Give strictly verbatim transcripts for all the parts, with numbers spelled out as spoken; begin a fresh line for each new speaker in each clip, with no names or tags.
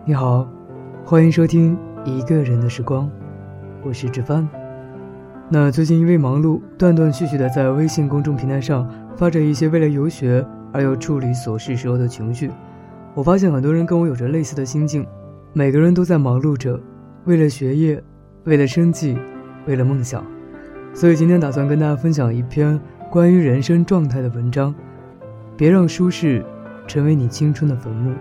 你好，欢迎收听一个人的时光，我是志帆。那最近因为忙碌，断断续续的在微信公众平台上发着一些为了游学而又处理琐事时候的情绪。我发现很多人跟我有着类似的心境，每个人都在忙碌着，为了学业，为了生计，为了梦想。所以今天打算跟大家分享一篇关于人生状态的文章，别让舒适成为你青春的坟墓。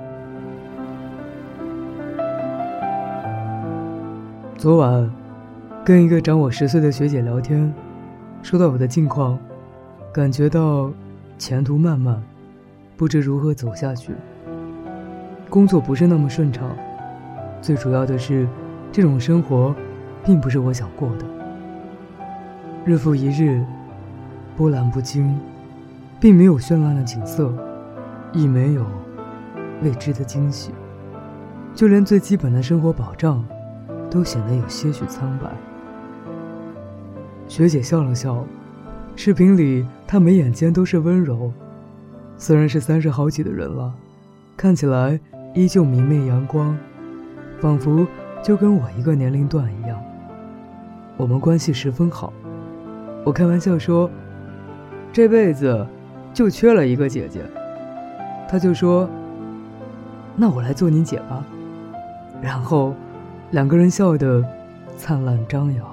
昨晚跟一个长我十岁的学姐聊天，说到我的近况，感觉到前途漫漫，不知如何走下去。工作不是那么顺畅，最主要的是这种生活并不是我想过的。日复一日，波澜不惊，并没有绚烂的景色，亦没有未知的惊喜，就连最基本的生活保障都显得有些许苍白。学姐笑了笑，视频里她眉眼间都是温柔，虽然是三十好几的人了，看起来依旧明媚阳光，仿佛就跟我一个年龄段一样。我们关系十分好，我开玩笑说这辈子就缺了一个姐姐，她就说那我来做你姐吧，然后两个人笑得灿烂张扬。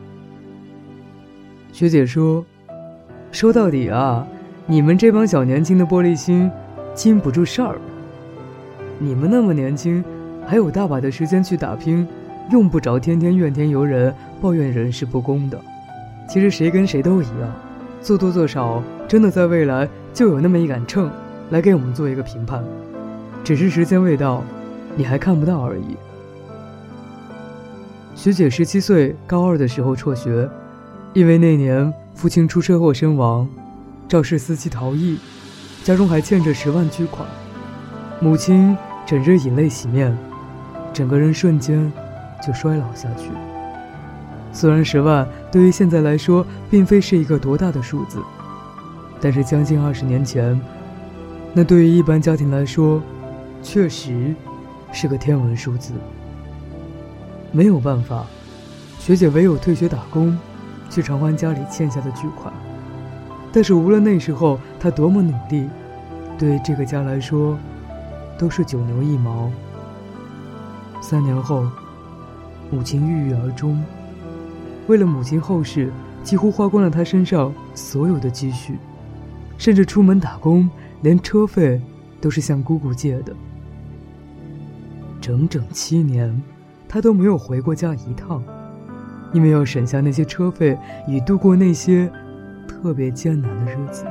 学姐说，说到底啊，你们这帮小年轻的玻璃心经不住事儿。你们那么年轻，还有大把的时间去打拼，用不着天天怨天尤人，抱怨人事不公的。其实谁跟谁都一样，做多做少，真的在未来就有那么一杆秤来给我们做一个评判，只是时间未到，你还看不到而已。学姐十七岁高二的时候辍学，因为那年父亲出车祸身亡，肇事司机逃逸，家中还欠着十万巨款，母亲整日以泪洗面，整个人瞬间就衰老下去。虽然十万对于现在来说并非是一个多大的数字，但是将近二十年前，那对于一般家庭来说确实是个天文数字。没有办法，学姐唯有退学打工，去偿还家里欠下的巨款。但是无论那时候她多么努力，对于这个家来说都是九牛一毛。三年后，母亲郁郁而终。为了母亲后事，几乎花光了她身上所有的积蓄，甚至出门打工，连车费都是向姑姑借的。整整七年，她都没有回过家一趟，因为要省下那些车费，以度过那些特别艰难的日子。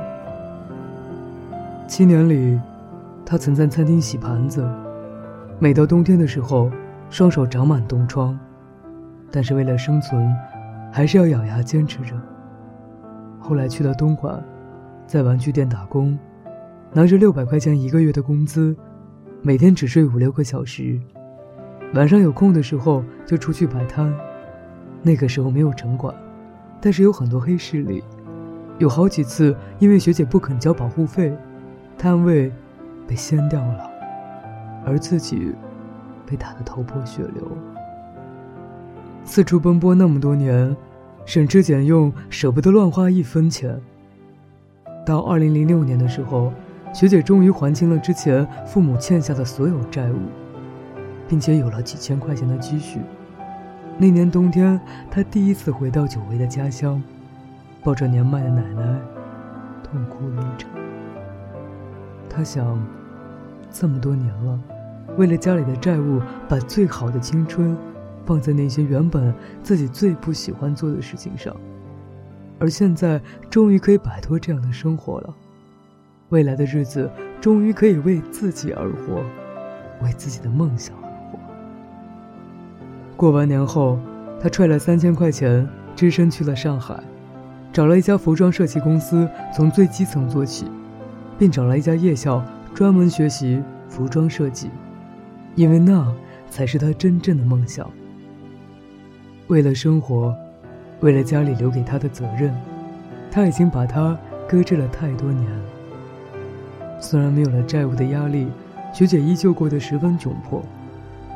七年里，她曾在餐厅洗盘子，每到冬天的时候，双手长满冻疮，但是为了生存，还是要咬牙坚持着。后来去了东莞，在玩具店打工，拿着六百块钱一个月的工资，每天只睡五六个小时，晚上有空的时候就出去摆摊。那个时候没有城管，但是有很多黑势力，有好几次因为学姐不肯交保护费，摊位被掀掉了，而自己被打得头破血流。四处奔波那么多年，省吃俭用，舍不得乱花一分钱。到二零零六年的时候，学姐终于还清了之前父母欠下的所有债务，并且有了几千块钱的积蓄。那年冬天，她第一次回到久违的家乡，抱着年迈的奶奶痛哭了一场。她想，这么多年了，为了家里的债务，把最好的青春放在那些原本自己最不喜欢做的事情上，而现在终于可以摆脱这样的生活了。未来的日子终于可以为自己而活，为自己的梦想而活。过完年后，他揣了三千块钱，只身去了上海，找了一家服装设计公司，从最基层做起，并找了一家夜校，专门学习服装设计，因为那才是他真正的梦想。为了生活，为了家里留给他的责任，他已经把它搁置了太多年。虽然没有了债务的压力，学姐依旧过得十分窘迫，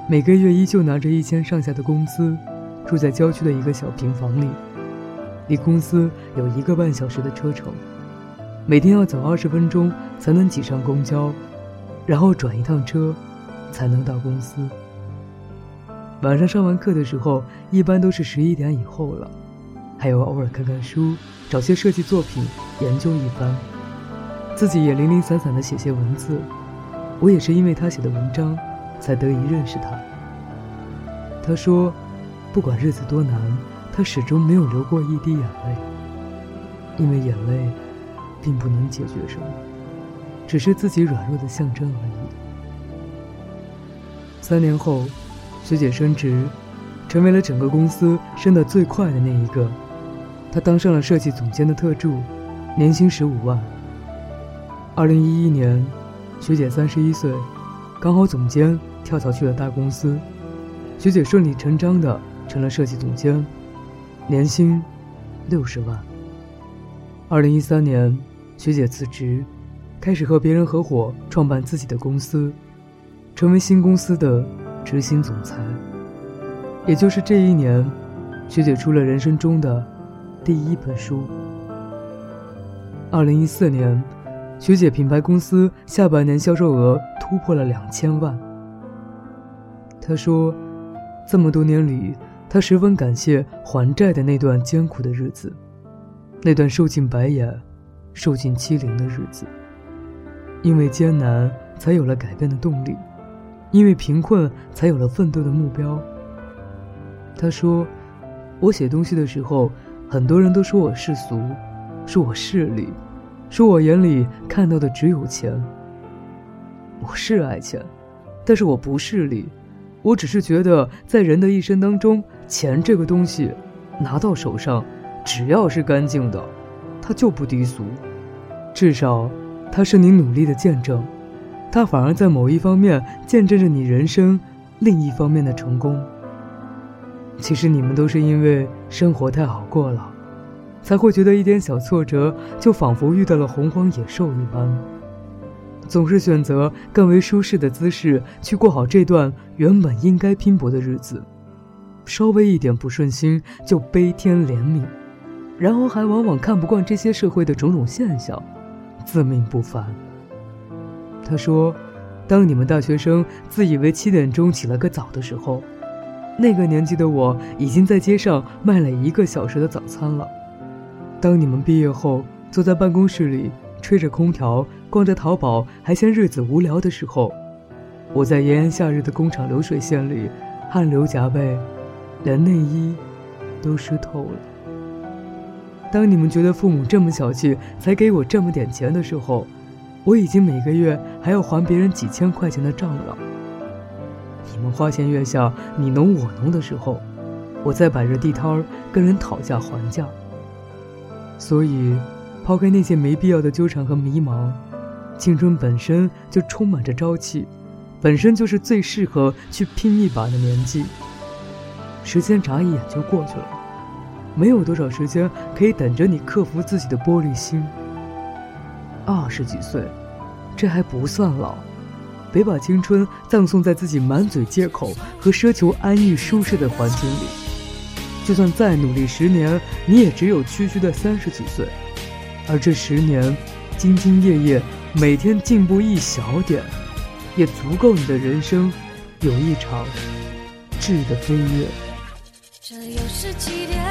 每个月依旧拿着一千上下的工资，住在郊区的一个小平房里，离公司有一个半小时的车程，每天要走二十分钟才能挤上公交，然后转一趟车才能到公司。晚上上完课的时候，一般都是十一点以后了，还有偶尔看看书，找些设计作品研究一番，自己也零零散散地写些文字。我也是因为他写的文章才得以认识他。他说不管日子多难，他始终没有流过一滴眼泪，因为眼泪并不能解决什么，只是自己软弱的象征而已。三年后，学姐升职，成为了整个公司升得最快的那一个。她当上了设计总监的特助，年薪十五万。二零一一年，学姐三十一岁，刚好总监跳槽去了大公司，学姐顺理成章的成了设计总监，年薪六十万。二零一三年，学姐辞职，开始和别人合伙创办自己的公司，成为新公司的执行总裁。也就是这一年，学姐出了人生中的第一本书。二零一四年，学姐品牌公司下半年销售额突破了两千万。她说，这么多年里，她十分感谢还债的那段艰苦的日子，那段受尽白眼、受尽欺凌的日子。因为艰难，才有了改变的动力；因为贫困，才有了奋斗的目标。她说，我写东西的时候，很多人都说我世俗，说我势利，说我眼里看到的只有钱。我是爱钱，但是我不势利，我只是觉得在人的一生当中，钱这个东西拿到手上，只要是干净的，它就不低俗，至少它是你努力的见证，它反而在某一方面见证着你人生另一方面的成功。其实你们都是因为生活太好过了，才会觉得一点小挫折就仿佛遇到了洪荒野兽一般，总是选择更为舒适的姿势去过好这段原本应该拼搏的日子，稍微一点不顺心就悲天怜悯，然后还往往看不惯这些社会的种种现象，自命不凡。他说，当你们大学生自以为七点钟起了个早的时候，那个年纪的我已经在街上卖了一个小时的早餐了。当你们毕业后坐在办公室里吹着空调，逛着淘宝，还嫌日子无聊的时候，我在炎炎夏日的工厂流水线里汗流浃背，连内衣都湿透了。当你们觉得父母这么小气才给我这么点钱的时候，我已经每个月还要还别人几千块钱的账了。你们花前月下你侬我侬的时候，我在摆着地摊跟人讨价还价。所以抛开那些没必要的纠缠和迷茫，青春本身就充满着朝气，本身就是最适合去拼一把的年纪。时间眨一眼就过去了，没有多少时间可以等着你克服自己的玻璃心。二十几岁，这还不算老，别把青春葬送在自己满嘴借口和奢求安逸舒适的环境里。就算再努力十年，你也只有区区的三十几岁，而这十年兢兢业业，每天进步一小点，也足够你的人生有一场质的飞跃。
这又是几点？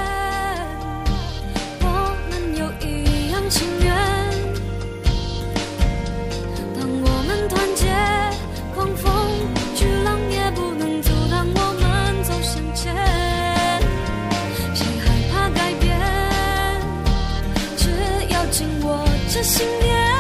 我们有一样情缘，当我们团结，狂风巨浪也不能阻挡我们走向前。谁害怕改变？只要紧握着信念。